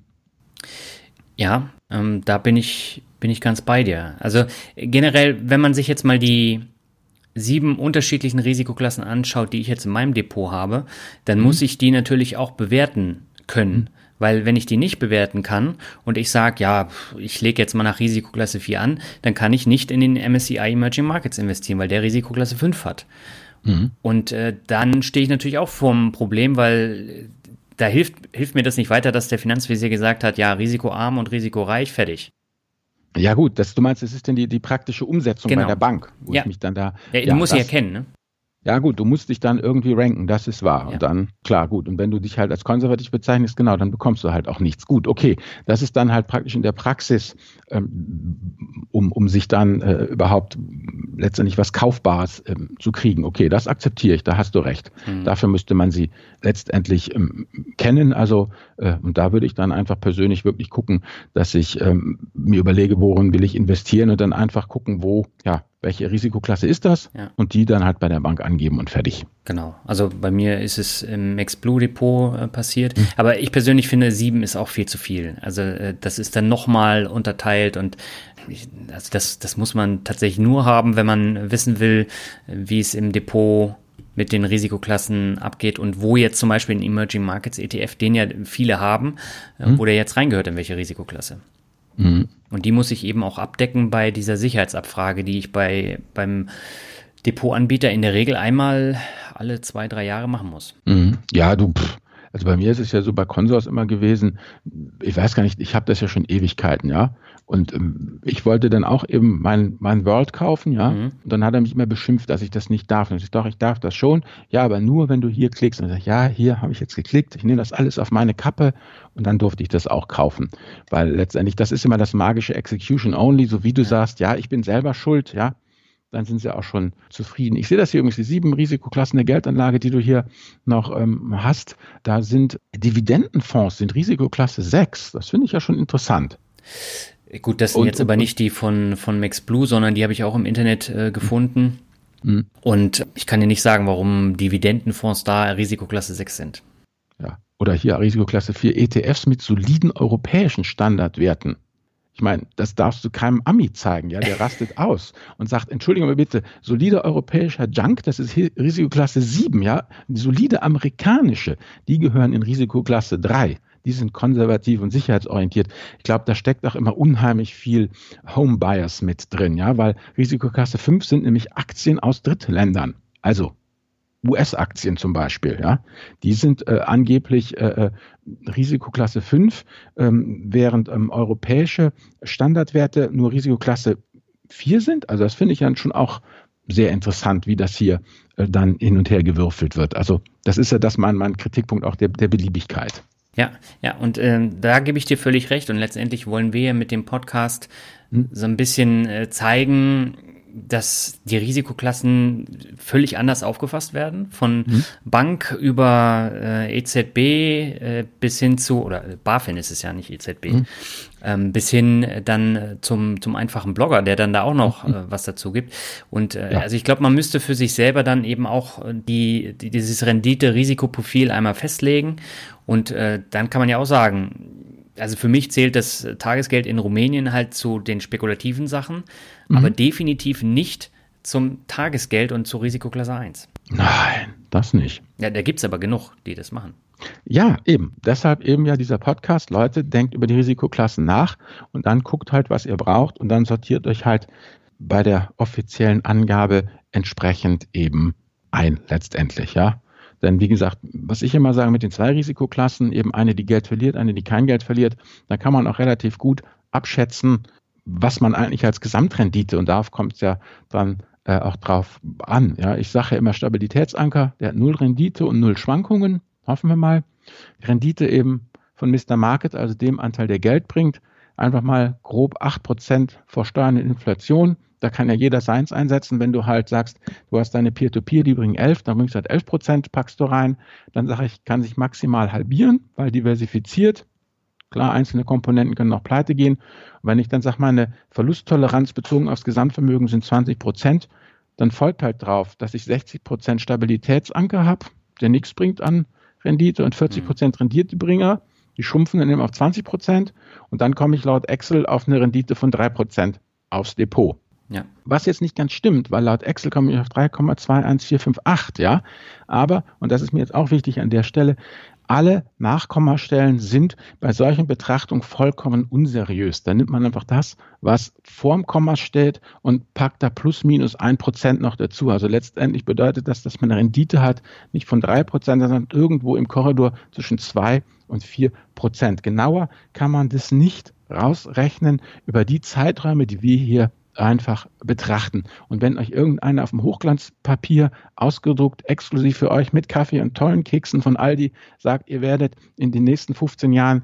Ja, da bin ich ganz bei dir. Also generell, wenn man sich jetzt mal die 7 unterschiedlichen Risikoklassen anschaut, die ich jetzt in meinem Depot habe, dann muss ich die natürlich auch bewerten können. Weil wenn ich die nicht bewerten kann und ich sage, ja, ich lege jetzt mal nach Risikoklasse 4 an, dann kann ich nicht in den MSCI Emerging Markets investieren, weil der Risikoklasse 5 hat. Und dann stehe ich natürlich auch vor einem Problem, weil da hilft mir das nicht weiter, dass der Finanzvisier gesagt hat, ja, risikoarm und risikoreich, fertig. Ja gut, du meinst, das ist denn die praktische Umsetzung bei der Bank, wo ich mich dann da... Ja, du musst sie erkennen, ne? Ja gut, du musst dich dann irgendwie ranken, das ist wahr. Ja. Und dann, klar, gut. Und wenn du dich halt als konservativ bezeichnest, genau, dann bekommst du halt auch nichts. Gut, okay. Das ist dann halt praktisch in der Praxis, um sich dann überhaupt letztendlich was Kaufbares zu kriegen. Okay, das akzeptiere ich, da hast du recht. Dafür müsste man sie letztendlich kennen. Also, und da würde ich dann einfach persönlich wirklich gucken, dass ich mir überlege, worin will ich investieren und dann einfach gucken, welche Risikoklasse ist das? Ja. Und die dann halt bei der Bank angeben und fertig. Genau. Also bei mir ist es im MaxBlue-Depot passiert. Aber ich persönlich finde, 7 ist auch viel zu viel. Also das ist dann nochmal unterteilt und das muss man tatsächlich nur haben, wenn man wissen will, wie es im Depot mit den Risikoklassen abgeht und wo jetzt zum Beispiel ein Emerging Markets ETF, den ja viele haben, wo der jetzt reingehört, in welche Risikoklasse. Und die muss ich eben auch abdecken bei dieser Sicherheitsabfrage, die ich beim Depotanbieter in der Regel einmal alle 2-3 Jahre machen muss. Ja, Also bei mir ist es ja so bei Consors immer gewesen, ich weiß gar nicht, ich habe das ja schon Ewigkeiten, ja. Und ich wollte dann auch eben mein World kaufen, ja. Und dann hat er mich immer beschimpft, dass ich das nicht darf. Und ich dachte, doch, ich darf das schon. Ja, aber nur, wenn du hier klickst. Und ich sage, ja, hier habe ich jetzt geklickt. Ich nehme das alles auf meine Kappe. Und dann durfte ich das auch kaufen. Weil letztendlich, das ist immer das magische Execution Only. So wie du sagst, ja, ich bin selber schuld, ja. Dann sind sie auch schon zufrieden. Ich sehe das hier übrigens, die 7 Risikoklassen der Geldanlage, die du hier noch hast. Da sind Dividendenfonds, sind Risikoklasse 6. Das finde ich ja schon interessant. Gut, das sind jetzt aber nicht die von MaxBlue, sondern die habe ich auch im Internet gefunden. Und ich kann dir nicht sagen, warum Dividendenfonds da Risikoklasse 6 sind. Ja. Oder hier Risikoklasse 4 ETFs mit soliden europäischen Standardwerten. Ich meine, das darfst du keinem Ami zeigen, ja, der rastet aus und sagt, Entschuldigung aber bitte, solider europäischer Junk, das ist Risikoklasse 7, ja, die solide amerikanische, die gehören in Risikoklasse 3. Die sind konservativ und sicherheitsorientiert. Ich glaube, da steckt auch immer unheimlich viel Home-Bias mit drin, ja, weil Risikoklasse 5 sind nämlich Aktien aus Drittländern, also US-Aktien zum Beispiel, ja, die sind angeblich Risikoklasse 5, während europäische Standardwerte nur Risikoklasse 4 sind. Also das finde ich dann schon auch sehr interessant, wie das hier dann hin und her gewürfelt wird. Also das ist ja das mein Kritikpunkt auch der Beliebigkeit. Ja, und da gebe ich dir völlig recht. Und letztendlich wollen wir mit dem Podcast so ein bisschen zeigen, dass die Risikoklassen völlig anders aufgefasst werden, von Bank über EZB bis hin zu, oder BaFin ist es ja nicht EZB, bis hin dann zum einfachen Blogger, der dann da auch noch was dazu gibt. Und also ich glaube, man müsste für sich selber dann eben auch dieses Rendite-Risikoprofil einmal festlegen. Und dann kann man ja auch sagen, also für mich zählt das Tagesgeld in Rumänien halt zu den spekulativen Sachen, aber definitiv nicht zum Tagesgeld und zur Risikoklasse 1. Nein, das nicht. Ja, da gibt es aber genug, die das machen. Ja, eben. Deshalb eben ja dieser Podcast. Leute, denkt über die Risikoklassen nach und dann guckt halt, was ihr braucht und dann sortiert euch halt bei der offiziellen Angabe entsprechend eben ein, letztendlich, ja. Denn wie gesagt, was ich immer sage mit den 2 Risikoklassen, eben eine, die Geld verliert, eine, die kein Geld verliert, da kann man auch relativ gut abschätzen, was man eigentlich als Gesamtrendite, und darauf kommt es ja dann auch drauf an. Ja, ich sage ja immer Stabilitätsanker, der hat 0 Rendite und 0 Schwankungen, hoffen wir mal. Die Rendite eben von Mr. Market, also dem Anteil, der Geld bringt, einfach mal grob 8% vor Steuern und Inflation. Da kann ja jeder seins einsetzen, wenn du halt sagst, du hast deine Peer-to-Peer, die bringen 11, dann bringst du halt 11%, packst du rein. Dann sage ich, kann sich maximal halbieren, weil diversifiziert. Klar, einzelne Komponenten können auch pleite gehen. Und wenn ich dann sage, meine Verlusttoleranz bezogen aufs Gesamtvermögen sind 20%, dann folgt halt drauf, dass ich 60% Stabilitätsanker habe, der nichts bringt an Rendite, und 40% Renditebringer. Die schrumpfen dann eben auf 20%. Und dann komme ich laut Excel auf eine Rendite von 3% aufs Depot. Ja. Was jetzt nicht ganz stimmt, weil laut Excel komme ich auf 3,21458, ja. Aber, und das ist mir jetzt auch wichtig an der Stelle, alle Nachkommastellen sind bei solchen Betrachtungen vollkommen unseriös. Da nimmt man einfach das, was vorm Komma steht und packt da plus minus 1% noch dazu. Also letztendlich bedeutet das, dass man eine Rendite hat, nicht von 3%, sondern irgendwo im Korridor zwischen 2 und 4%. Genauer kann man das nicht rausrechnen über die Zeiträume, die wir hier einfach betrachten. Und wenn euch irgendeiner auf dem Hochglanzpapier ausgedruckt, exklusiv für euch mit Kaffee und tollen Keksen von Aldi, sagt, ihr werdet in den nächsten 15 Jahren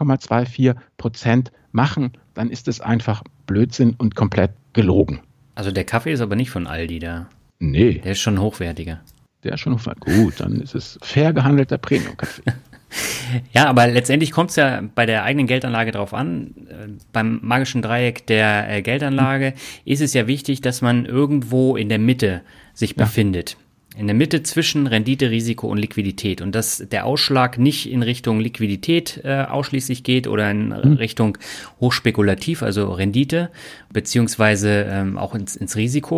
3,24% machen, dann ist es einfach Blödsinn und komplett gelogen. Also der Kaffee ist aber nicht von Aldi da. Nee. Der ist schon hochwertiger. Der ist schon hochwertiger. Gut, dann ist es fair gehandelter Premium-Kaffee. Ja, aber letztendlich kommt es ja bei der eigenen Geldanlage drauf an. Beim magischen Dreieck der Geldanlage ist es ja wichtig, dass man irgendwo in der Mitte sich befindet. In der Mitte zwischen Rendite, Risiko und Liquidität. Und dass der Ausschlag nicht in Richtung Liquidität ausschließlich geht oder in Richtung hochspekulativ, also Rendite, beziehungsweise auch ins Risiko.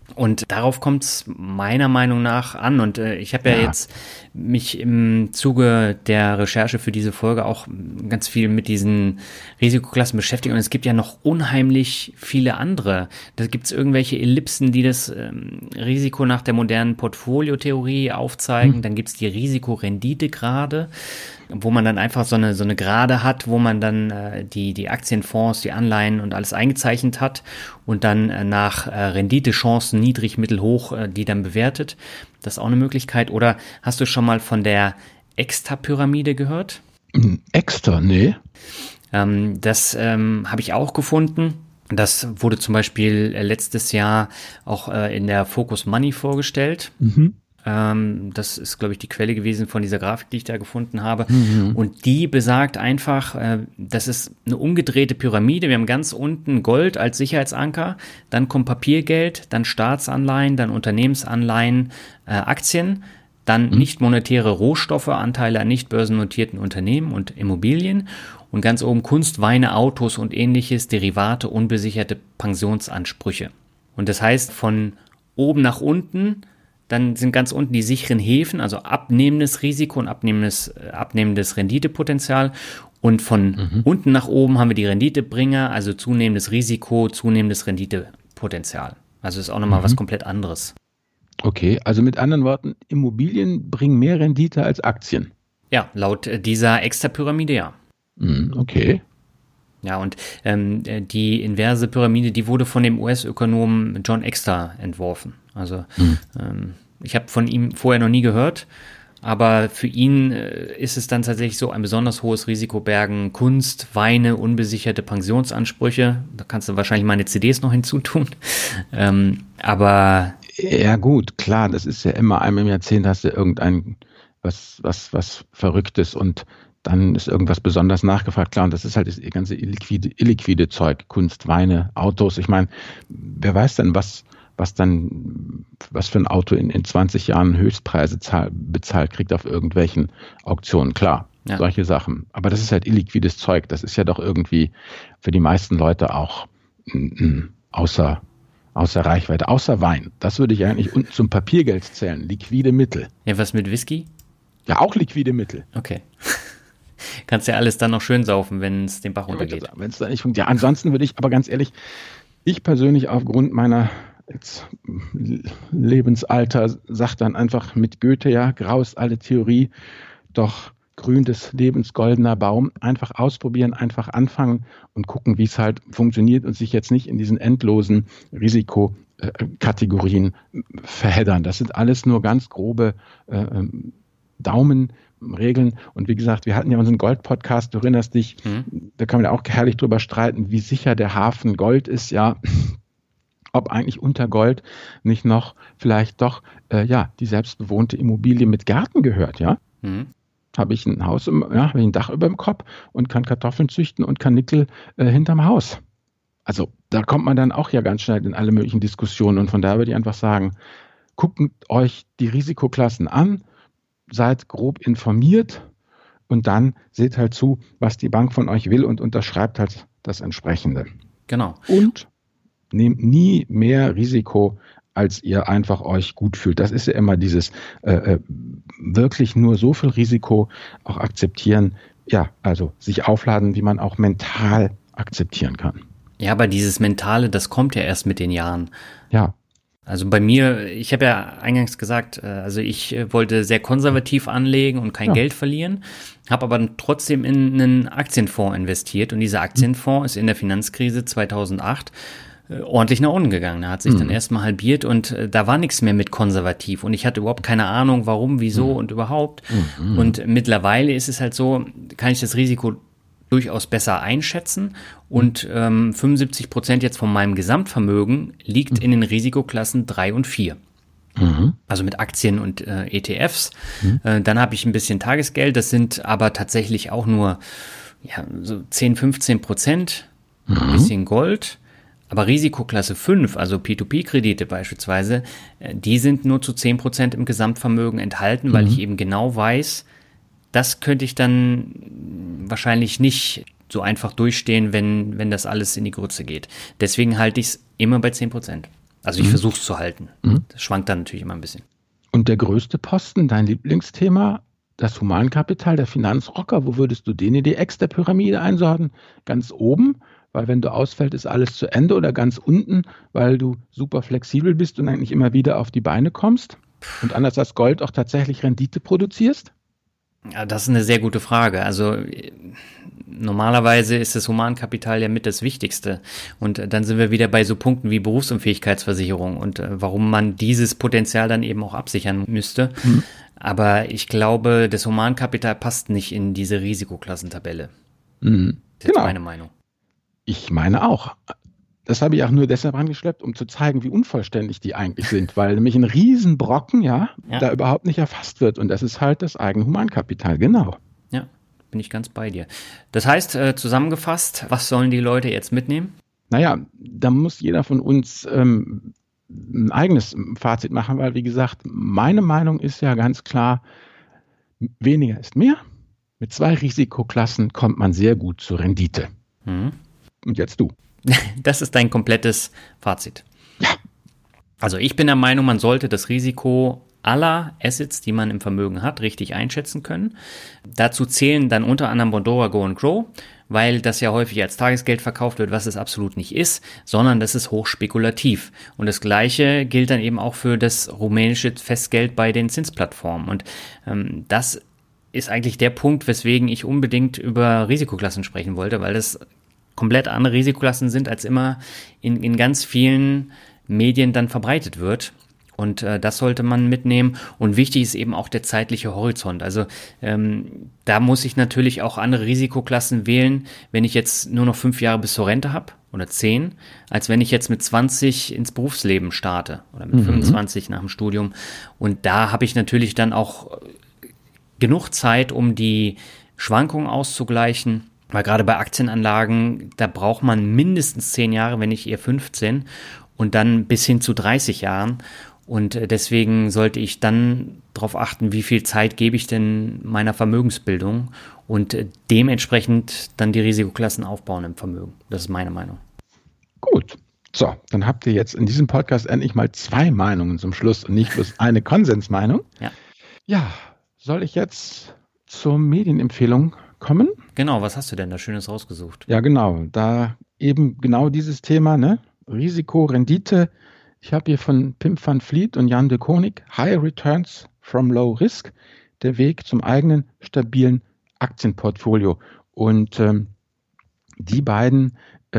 Und darauf kommt es meiner Meinung nach an. Und ich habe ja jetzt mich im Zuge der Recherche für diese Folge auch ganz viel mit diesen Risikoklassen beschäftigt. Und es gibt ja noch unheimlich viele andere. Da gibt es irgendwelche Ellipsen, die das Risiko nach der modernen Portfoliotheorie aufzeigen. Dann gibt es die Risikorenditegrade, wo man dann einfach so eine Gerade hat, wo man dann die Aktienfonds, die Anleihen und alles eingezeichnet hat und dann nach Renditechancen niedrig, mittel, hoch, die dann bewertet. Das ist auch eine Möglichkeit. Oder hast du schon mal von der Exter-Pyramide gehört? Exter, nee. Das habe ich auch gefunden. Das wurde zum Beispiel letztes Jahr auch in der Focus Money vorgestellt. Das ist, glaube ich, die Quelle gewesen von dieser Grafik, die ich da gefunden habe. Und die besagt einfach, das ist eine umgedrehte Pyramide. Wir haben ganz unten Gold als Sicherheitsanker, dann kommt Papiergeld, dann Staatsanleihen, dann Unternehmensanleihen, Aktien, dann nicht monetäre Rohstoffe, Anteile an nicht börsennotierten Unternehmen und Immobilien und ganz oben Kunst, Weine, Autos und ähnliches, Derivate, unbesicherte Pensionsansprüche. Und das heißt, von oben nach unten, dann sind ganz unten die sicheren Häfen, also abnehmendes Risiko und abnehmendes Renditepotenzial. Und von unten nach oben haben wir die Renditebringer, also zunehmendes Risiko, zunehmendes Renditepotenzial. Also ist auch nochmal was komplett anderes. Okay, also mit anderen Worten, Immobilien bringen mehr Rendite als Aktien. Ja, laut dieser Exter-Pyramide, ja. Okay. Ja, und die inverse Pyramide, die wurde von dem US-Ökonomen John Exter entworfen. Also ich habe von ihm vorher noch nie gehört, aber für ihn ist es dann tatsächlich so, ein besonders hohes Risiko bergen Kunst, Weine, unbesicherte Pensionsansprüche. Da kannst du wahrscheinlich meine CDs noch hinzutun. Aber ja gut, klar, das ist ja immer einmal im Jahrzehnt hast du irgendein was Verrücktes und dann ist irgendwas besonders nachgefragt. Klar, und das ist halt das ganze illiquide Zeug, Kunst, Weine, Autos. Ich meine, wer weiß denn, was für ein Auto in 20 Jahren Höchstpreise bezahlt kriegt auf irgendwelchen Auktionen. Klar, solche Sachen. Aber das ist halt illiquides Zeug. Das ist ja doch irgendwie für die meisten Leute auch außer Reichweite, außer Wein. Das würde ich eigentlich unten zum Papiergeld zählen. Liquide Mittel. Ja, was mit Whisky? Ja, auch liquide Mittel. Okay. Kannst ja alles dann noch schön saufen, wenn es den Bach runtergeht. Wenn es da nicht funktioniert. Ja, ansonsten würde ich aber ganz ehrlich, ich persönlich aufgrund meiner Lebensalter sage dann einfach mit Goethe, ja, grau ist alle Theorie, doch grün des Lebens goldener Baum. Einfach ausprobieren, einfach anfangen und gucken, wie es halt funktioniert und sich jetzt nicht in diesen endlosen Risikokategorien verheddern. Das sind alles nur ganz grobe Daumenregeln. Und wie gesagt, wir hatten ja unseren Gold-Podcast, du erinnerst dich, da kann man ja auch herrlich drüber streiten, wie sicher der Hafen Gold ist, ja. Ob eigentlich unter Gold nicht noch vielleicht doch die selbstbewohnte Immobilie mit Garten gehört, ja? Habe ich ein Haus, habe ich ein Dach über dem Kopf und kann Kartoffeln züchten und kann Nickel hinterm Haus. Also da kommt man dann auch ja ganz schnell in alle möglichen Diskussionen und von daher würde ich einfach sagen, guckt euch die Risikoklassen an, seid grob informiert und dann seht halt zu, was die Bank von euch will und unterschreibt halt das Entsprechende. Genau. Und nehmt nie mehr Risiko, als ihr einfach euch gut fühlt. Das ist ja immer dieses wirklich nur so viel Risiko auch akzeptieren, ja, also sich aufladen, wie man auch mental akzeptieren kann. Ja, aber dieses Mentale, das kommt ja erst mit den Jahren. Ja. Also bei mir, ich habe ja eingangs gesagt, also ich wollte sehr konservativ anlegen und kein Geld verlieren, habe aber dann trotzdem in einen Aktienfonds investiert und dieser Aktienfonds ist in der Finanzkrise 2008 ordentlich nach unten gegangen. Da hat sich dann erstmal halbiert und da war nichts mehr mit konservativ und ich hatte überhaupt keine Ahnung, warum, wieso und überhaupt. Und mittlerweile ist es halt so, kann ich das Risiko durchaus besser einschätzen und 75% jetzt von meinem Gesamtvermögen liegt in den Risikoklassen 3 und 4. Also mit Aktien und ETFs. Dann habe ich ein bisschen Tagesgeld, das sind aber tatsächlich auch nur so 10-15%, ein bisschen Gold. Aber Risikoklasse 5, also P2P-Kredite beispielsweise, die sind nur zu 10% im Gesamtvermögen enthalten, weil ich eben genau weiß, das könnte ich dann wahrscheinlich nicht so einfach durchstehen, wenn das alles in die Grütze geht. Deswegen halte ich es immer bei 10%. Also ich versuche es zu halten. Das schwankt dann natürlich immer ein bisschen. Und der größte Posten, dein Lieblingsthema, das Humankapital, der Finanzrocker, wo würdest du den in die Ex der Pyramide einsorten? Ganz oben, weil wenn du ausfällst, ist alles zu Ende, oder ganz unten, weil du super flexibel bist und eigentlich immer wieder auf die Beine kommst und anders als Gold auch tatsächlich Rendite produzierst? Ja, das ist eine sehr gute Frage. Also normalerweise ist das Humankapital ja mit das Wichtigste. Und dann sind wir wieder bei so Punkten wie Berufsunfähigkeitsversicherung und warum man dieses Potenzial dann eben auch absichern müsste. Aber ich glaube, das Humankapital passt nicht in diese Risikoklassentabelle. Das ist jetzt meine Meinung. Ich meine auch. Das habe ich auch nur deshalb angeschleppt, um zu zeigen, wie unvollständig die eigentlich sind, weil nämlich ein Riesenbrocken, da überhaupt nicht erfasst wird. Und das ist halt das eigene Humankapital, genau. Ja, bin ich ganz bei dir. Das heißt, zusammengefasst, was sollen die Leute jetzt mitnehmen? Naja, da muss jeder von uns ein eigenes Fazit machen, weil, wie gesagt, meine Meinung ist ja ganz klar, weniger ist mehr. Mit 2 Risikoklassen kommt man sehr gut zur Rendite. Und jetzt du. Das ist dein komplettes Fazit. Ja. Also ich bin der Meinung, man sollte das Risiko aller Assets, die man im Vermögen hat, richtig einschätzen können. Dazu zählen dann unter anderem Bondora Go and Grow, weil das ja häufig als Tagesgeld verkauft wird, was es absolut nicht ist, sondern das ist hochspekulativ. Und das Gleiche gilt dann eben auch für das rumänische Festgeld bei den Zinsplattformen. Und das ist eigentlich der Punkt, weswegen ich unbedingt über Risikoklassen sprechen wollte, weil das komplett andere Risikoklassen sind, als immer in ganz vielen Medien dann verbreitet wird. Und das sollte man mitnehmen. Und wichtig ist eben auch der zeitliche Horizont. Also da muss ich natürlich auch andere Risikoklassen wählen, wenn ich jetzt nur noch 5 Jahre bis zur Rente habe oder 10, als wenn ich jetzt mit 20 ins Berufsleben starte oder mit 25 nach dem Studium. Und da habe ich natürlich dann auch genug Zeit, um die Schwankungen auszugleichen. Weil gerade bei Aktienanlagen, da braucht man mindestens 10 Jahre, wenn nicht eher 15 und dann bis hin zu 30 Jahren. Und deswegen sollte ich dann darauf achten, wie viel Zeit gebe ich denn meiner Vermögensbildung und dementsprechend dann die Risikoklassen aufbauen im Vermögen. Das ist meine Meinung. Gut. So, dann habt ihr jetzt in diesem Podcast endlich mal 2 Meinungen zum Schluss und nicht bloß eine Konsensmeinung. Ja, soll ich jetzt zur Medienempfehlung kommen? Genau, was hast du denn da Schönes rausgesucht? Ja, genau, da eben genau dieses Thema, ne? Risiko, Rendite. Ich habe hier von Pim van Vliet und Jan de Koning, High Returns from Low Risk, der Weg zum eigenen stabilen Aktienportfolio. Und die beiden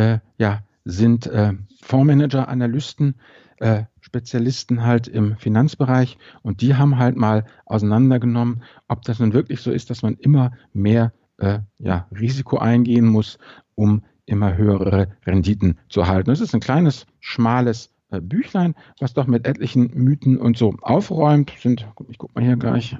sind Fondsmanager, Analysten, Spezialisten halt im Finanzbereich, und die haben halt mal auseinandergenommen, ob das nun wirklich so ist, dass man immer mehr Risiko eingehen muss, um immer höhere Renditen zu erhalten. Das ist ein kleines, schmales Büchlein, was doch mit etlichen Mythen und so aufräumt. Ich gucke mal hier gleich,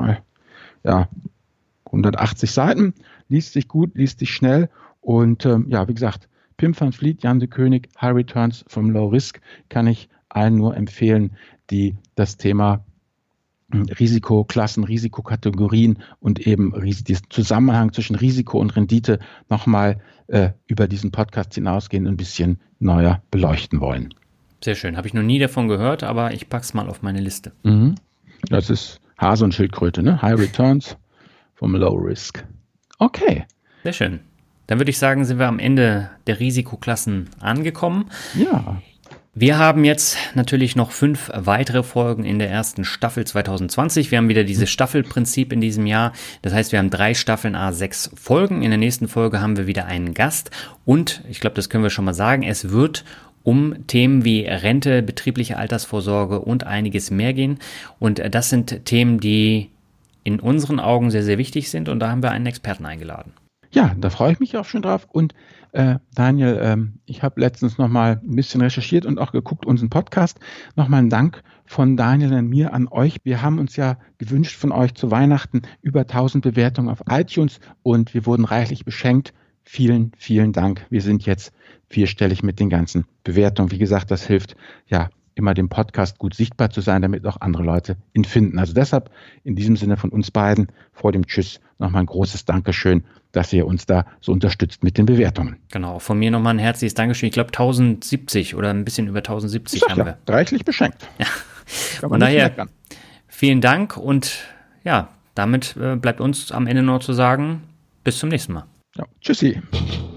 180 Seiten, liest sich gut, liest sich schnell und wie gesagt, Pim van Vliet, Jan de Koning, High Returns from Low Risk, kann ich allen nur empfehlen, die das Thema Risikoklassen, Risikokategorien und eben diesen Zusammenhang zwischen Risiko und Rendite nochmal über diesen Podcast hinausgehen und ein bisschen neuer beleuchten wollen. Sehr schön. Habe ich noch nie davon gehört, aber ich pack's mal auf meine Liste. Das ist Hase und Schildkröte, ne? High Returns from Low Risk. Okay. Sehr schön. Dann würde ich sagen, sind wir am Ende der Risikoklassen angekommen. Ja. Wir haben jetzt natürlich noch 5 weitere Folgen in der ersten Staffel 2020. Wir haben wieder dieses Staffelprinzip in diesem Jahr. Das heißt, wir haben 3 Staffeln, 6 Folgen. In der nächsten Folge haben wir wieder einen Gast. Und, ich glaube, das können wir schon mal sagen, es wird um Themen wie Rente, betriebliche Altersvorsorge und einiges mehr gehen. Und das sind Themen, die in unseren Augen sehr, sehr wichtig sind. Und da haben wir einen Experten eingeladen. Ja, da freue ich mich auch schon drauf. Und Daniel, ich habe letztens noch mal ein bisschen recherchiert und auch geguckt, unseren Podcast. Nochmal ein Dank von Daniel und mir an euch. Wir haben uns ja gewünscht von euch zu Weihnachten über 1000 Bewertungen auf iTunes und wir wurden reichlich beschenkt. Vielen, vielen Dank. Wir sind jetzt 4-stellig mit den ganzen Bewertungen. Wie gesagt, das hilft ja immer dem Podcast gut sichtbar zu sein, damit auch andere Leute ihn finden. Also deshalb in diesem Sinne von uns beiden vor dem Tschüss nochmal ein großes Dankeschön, dass ihr uns da so unterstützt mit den Bewertungen. Genau, von mir nochmal ein herzliches Dankeschön. Ich glaube 1070 oder ein bisschen über 1070 haben wir. Reichlich beschenkt. Ja. Kann man nicht meckern. Vielen Dank und ja, damit bleibt uns am Ende noch zu sagen, bis zum nächsten Mal. Ja, tschüssi.